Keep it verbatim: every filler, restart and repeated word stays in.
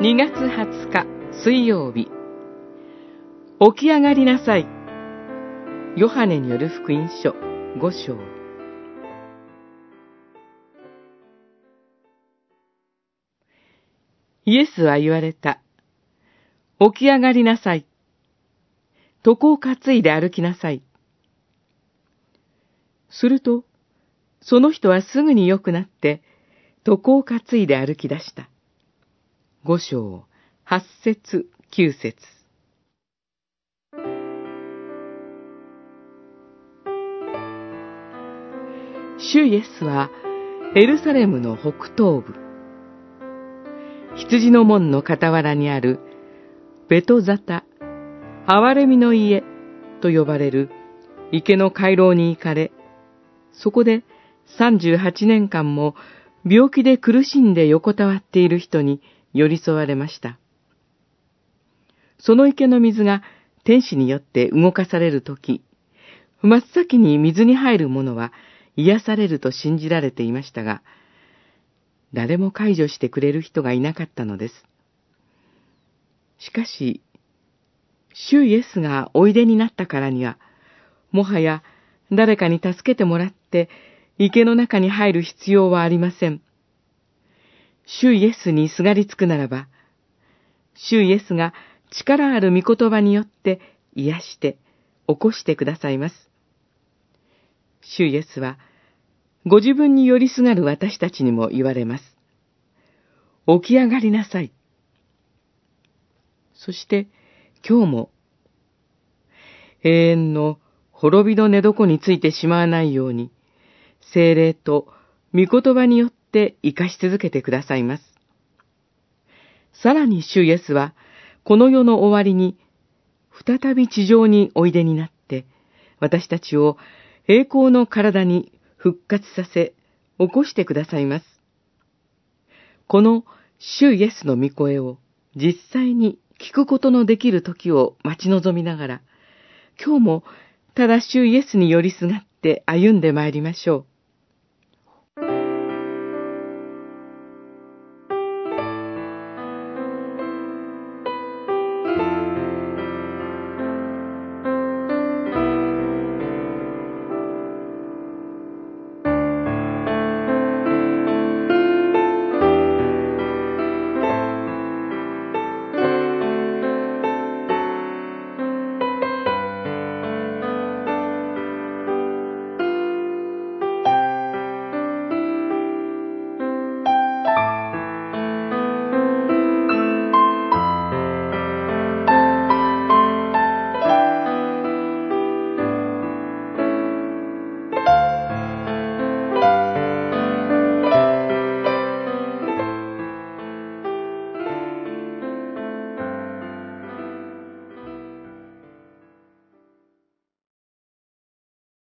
にがつはつか水曜日、起き上がりなさい。ヨハネによる福音書ご章。イエスは言われた。起き上がりなさい。床を担いで歩きなさい。すると、その人はすぐに良くなって、床を担いで歩き出した。五章、八節、九節。主イエスは、エルサレムの北東部、羊の門の傍らにある、ベトザタ、憐れみの家と呼ばれる池の回廊に行かれ、そこでさんじゅうはちねんかんも病気で苦しんで横たわっている人に寄り添われました。その池の水が天使によって動かされるとき、真っ先に水に入る者は癒されると信じられていましたが、誰も介助してくれる人がいなかったのです。しかし、主イエスがおいでになったからには、もはや誰かに助けてもらって池の中に入る必要はありません。主イエスにすがりつくならば、主イエスが力ある御言葉によって癒して起こしてくださいます。主イエスは、ご自分に寄りすがる私たちにも言われます。起き上がりなさい。そして、今日も、永遠の滅びの寝床についてしまわないように、聖霊と御言葉によって生かし続けてくださいます。さらに主イエスは、この世の終わりに、再び地上においでになって、私たちを栄光の体に復活させ、起こしてくださいます。この主イエスの御声を実際に聞くことのできる時を待ち望みながら、今日もただ主イエスに寄りすがって歩んでまいりましょう。